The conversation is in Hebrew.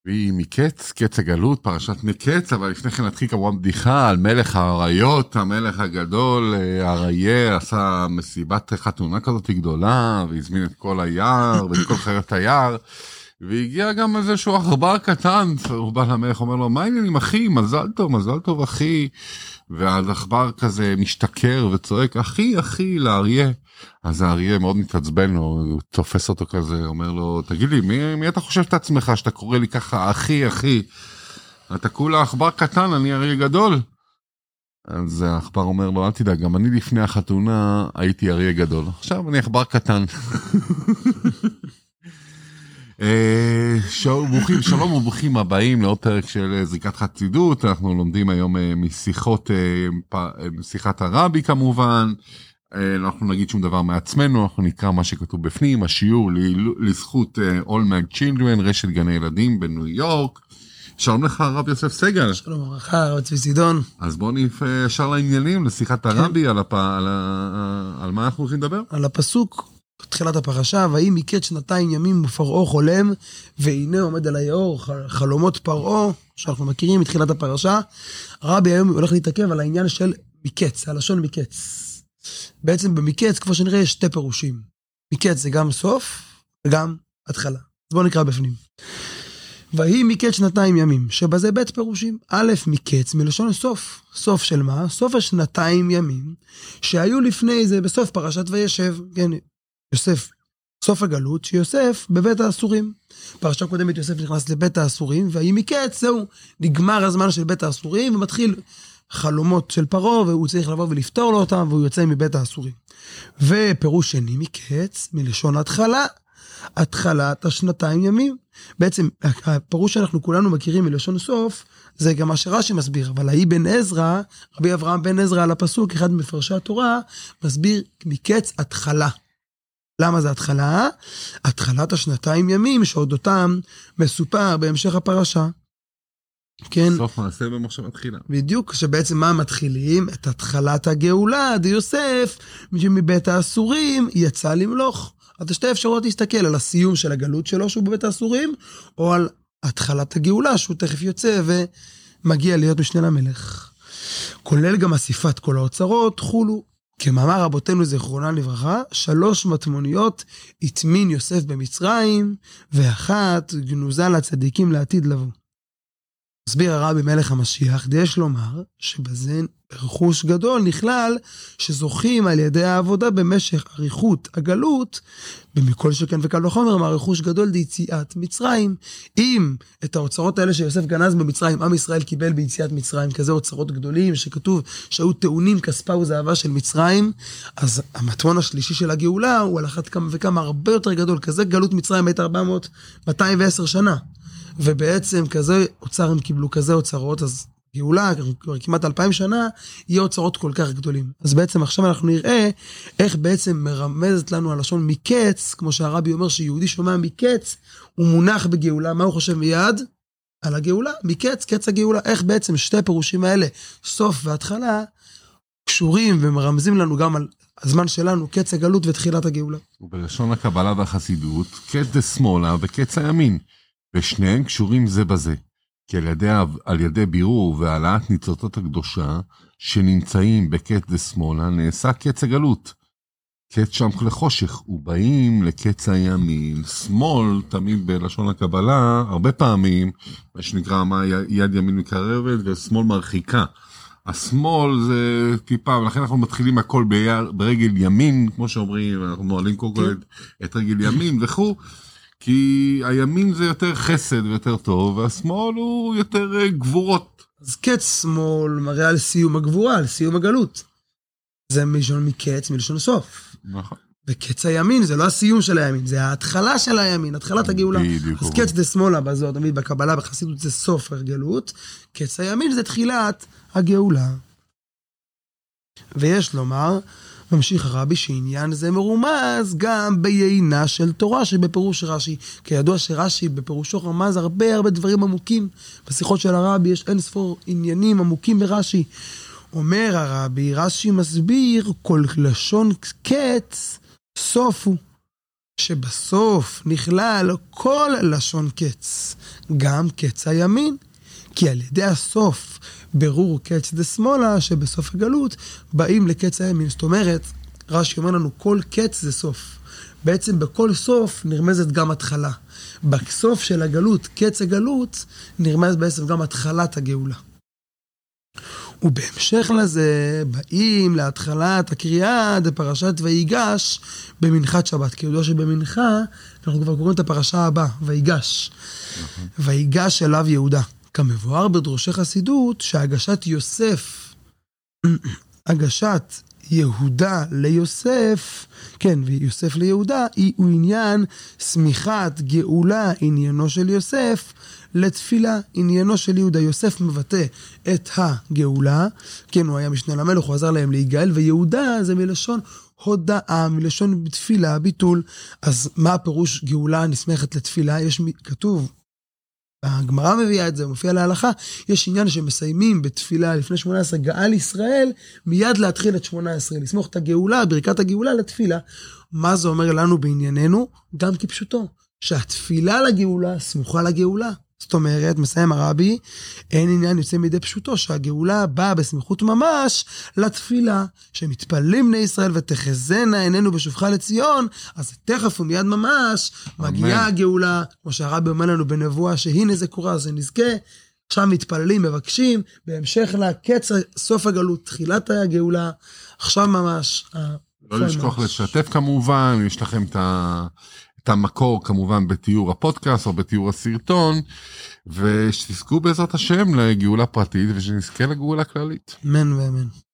והיא מקץ, קץ הגלות, פרשת מקץ, אבל לפני כן נתחיל כמובן בדיחה על מלך האריות, המלך הגדול, האריה, עשה מסיבת חתונה כזאת גדולה, והזמין את כל היער, ואת כל חיות היער, והגיע גם איזשהו עכבר קטן, הוא בא למלך, אומר לו, מה העניינים אחי, מזל טוב אחי, ואז עכבר כזה משתכר וצועק, אחי, לאריה. אז האריה מאוד מתעצבן לו, הוא תופס אותו כזה, אומר לו, תגיד לי, מי אתה חושב את עצמך שאתה קורא לי ככה, אחי, אתה כולה עכבר קטן, אני אריה גדול. אז העכבר אומר לו, אל תדאג, גם אני לפני החתונה הייתי אריה גדול, עכשיו אני עכבר קטן. שלום וברוכים הבאים לעוד פרק של זריקת חסידות. אנחנו לומדים היום משיחת הרבי כמובן. אנחנו נגיד שום דבר מעצמנו, אנחנו נקרא מה שכתוב בפנים, השיעור לזכות All Mag Children, רשת גני ילדים בניו יורק. שלום לך רב יוסף סגל. שלום וברכה, רב צבי צידון. אז בואו נפשר לעניינים לשיחת הרבי, על מה אנחנו הולכים לדבר? על הפסוק תחילת הפרשה, ויהי מקץ 2 ימים ופרעה חולם, והנה עומד על היאור, חלומות פרעה, שאנחנו מכירים מתחילת הפרשה. הרבי היום הולך להתעכב על העניין של מקץ, הלשון מקץ. בעצם במקץ, כמו שנראה, יש 2 פירושים. מקץ זה גם סוף, וגם התחלה. אז בואו נקרא בפנים. ויהי מקץ 2 ימים, שבזה בית פירושים. א', מקץ מלשון סוף. סוף של מה? סוף 2 ימים, שהיו לפני זה בסוף פרשת וישב. כן, יוסף, סוף הגלות, שיוסף בבית האסורים. פרשה קודמת יוסף נכנס לבית האסורים, ויהי מקץ, זהו, נגמר הזמן של בית האסורים, ומתחיל חלומות של פרעה, והוא צריך לבוא ולפתור לו אותם, והוא יוצא מבית האסורים. ופירוש שני מקץ, מלשון התחלה, התחלת 2 ימים. בעצם, הפירוש שאנחנו כולנו מכירים מלשון סוף, זה גם מה שרש"י מסביר, אבל ההיא בן עזרא, רבי אברהם בן עזרא על הפסוק, אחד מפרשי התורה, מסביר מקץ התחלה. למה זה התחלה? התחלת 2 ימים, שעוד אותם מסופר בהמשך הפרשה. כן. סוף מעשה במחשבה תחילה. בדיוק, שבעצם מה מתחילים? את התחלת הגאולה, יוסף, מבית האסורים, יצא למלוך. אז 2 אפשרויות להסתכל על הסיום של הגלות שלו, שהוא בבית האסורים, או על התחלת הגאולה, שהוא תכף יוצא ומגיע להיות משנה למלך. כולל גם אסיפת כל האוצרות, חולו. כמאמר רבותינו זיכרונם לברכה, 3 מטמוניות הטמין יוסף במצרים, ואחת גנוזה לצדיקים לעתיד לבוא. מסביר הרבי מלך המשיח, יש לומר שבזה רכוש גדול נכלל שזוכים על ידי העבודה במשך אריכות הגלות, במכל שכן וקל וחומר, מה רכוש גדול ליציאת מצרים. אם את האוצרות האלה שיוסף גנז במצרים, עם ישראל קיבל ביציאת מצרים, כזה אוצרות גדולים שכתוב שהיו טעונים כספה וזהבה של מצרים, אז המטמון השלישי של הגאולה הוא על אחת כמה וכמה הרבה יותר גדול, כזה גלות מצרים הייתה 210 שנה. ובעצם כזה אוצר הם קיבלו, כזה אוצרות, אז גאולה, כמעט 2000 שנה, יהיה אוצרות כל כך גדולים. אז בעצם עכשיו אנחנו נראה איך בעצם מרמזת לנו הלשון מקץ, כמו שהרבי אומר שיהודי שומע מקץ, הוא מונח בגאולה, מה הוא חושב מיד? על הגאולה, מקץ, קץ הגאולה, איך בעצם 2 פירושים האלה, סוף והתחלה, קשורים ומרמזים לנו גם על הזמן שלנו, קץ הגלות ותחילת הגאולה. ובלשון הקבלה והחסידות, קץ דשמאלה וקץ הימין. ושניהם קשורים זה בזה, כי על ידי בירור והעלאת ניצוצות הקדושה שנמצאים בקץ דשמאלה נעשה קץ הגלות. קץ שם לחושך, ובאים לקץ הימין. שמאל, תמיד בלשון הקבלה, הרבה פעמים, מה שנקרא מה יד ימין מקרבת ושמאל מרחיקה. השמאל זה טיפה, ולכן אנחנו מתחילים הכל ברגל ימין, כמו שאומרים, אנחנו נועלים כל את רגל ימין וכו'. כי הימין זה יותר חסד ויותר טוב, והשמאל הוא יותר גבורות. אז קץ שמאל מראה על סיום הגבורה, על סיום הגלות. זה מלשון מקץ, מלשון סוף. נכון. וקץ הימין זה לא הסיום של הימין, זה ההתחלה של הימין, התחלת הגאולה. אז קץ דה שמאלה, בזאת תמיד בקבלה, בחסידות זה סוף הגלות, קץ הימין זה תחילת הגאולה. ויש לומר, ממשיך הרבי שעניין זה מרומז גם בעיינה של תורה שבפירוש רש"י. כידוע שרש"י בפירושו רמז הרבה דברים עמוקים. בשיחות של הרבי יש אין ספור עניינים עמוקים ברש"י. אומר הרבי, רש"י מסביר כל לשון קץ סוף הוא. שבסוף נכלל כל לשון קץ, גם קץ הימין, כי על ידי הסוף ברור קץ דשמאלה, שבסוף הגלות באים לקץ הימין. זאת אומרת, רש"י אומר לנו, כל קץ זה סוף. בעצם בכל סוף נרמזת גם התחלה. בסוף של הגלות, קץ הגלות, נרמז בעצם גם התחלת הגאולה. ובהמשך לזה, באים להתחלת הקריאה בפרשת ויגש במנחת שבת. כי יודע שבמנחה, אנחנו כבר קוראים את הפרשה הבאה, ויגש. ויגש אליו יהודה. כמבואר בדרושי חסידות, שהגשת יוסף, הגשת יהודה ליוסף, כן, ויוסף ליהודה, הוא עניין סמיכת גאולה, עניינו של יוסף, לתפילה, עניינו של יהודה. יוסף מבטא את הגאולה, כן, הוא היה משנה למלך, הוא עזר להם להיגאל, ויהודה זה מלשון הודאה, מלשון תפילה, ביטול. אז מה הפירוש גאולה נסמכת לתפילה? יש כתוב, הגמרא מביאה את זה, מופיע להלכה, יש עניין שמסיימים בתפילה לפני 18, גאל ישראל, מיד להתחיל את 18, לסמוך את הגאולה, ברכת הגאולה לתפילה. מה זה אומר לנו בענייננו? גם כפשוטו, שהתפילה לגאולה סמוכה לגאולה. זאת אומרת, מסיים הרבי, אין עניין יוצא מידי פשוטו, שהגאולה באה בסמיכות ממש לתפילה, שמתפללים בני ישראל ותחזנה עינינו בשובך לציון, אז תכף ומיד ממש מגיעה הגאולה, כמו שהרבי אומר לנו בנבואה, שהנה זה קורה, זה נזכה, עכשיו מתפללים, מבקשים, בהמשך לקץ סוף הגלות, תחילת הגאולה, עכשיו ממש. לא לשכוח לשתף כמובן, יש לכם את המקור כמובן בתיאור הפודקאסט או בתיאור הסרטון, ושתזכו בעזרת השם לגאולה פרטית ושנזכה לגאולה כללית. אמן ואמן.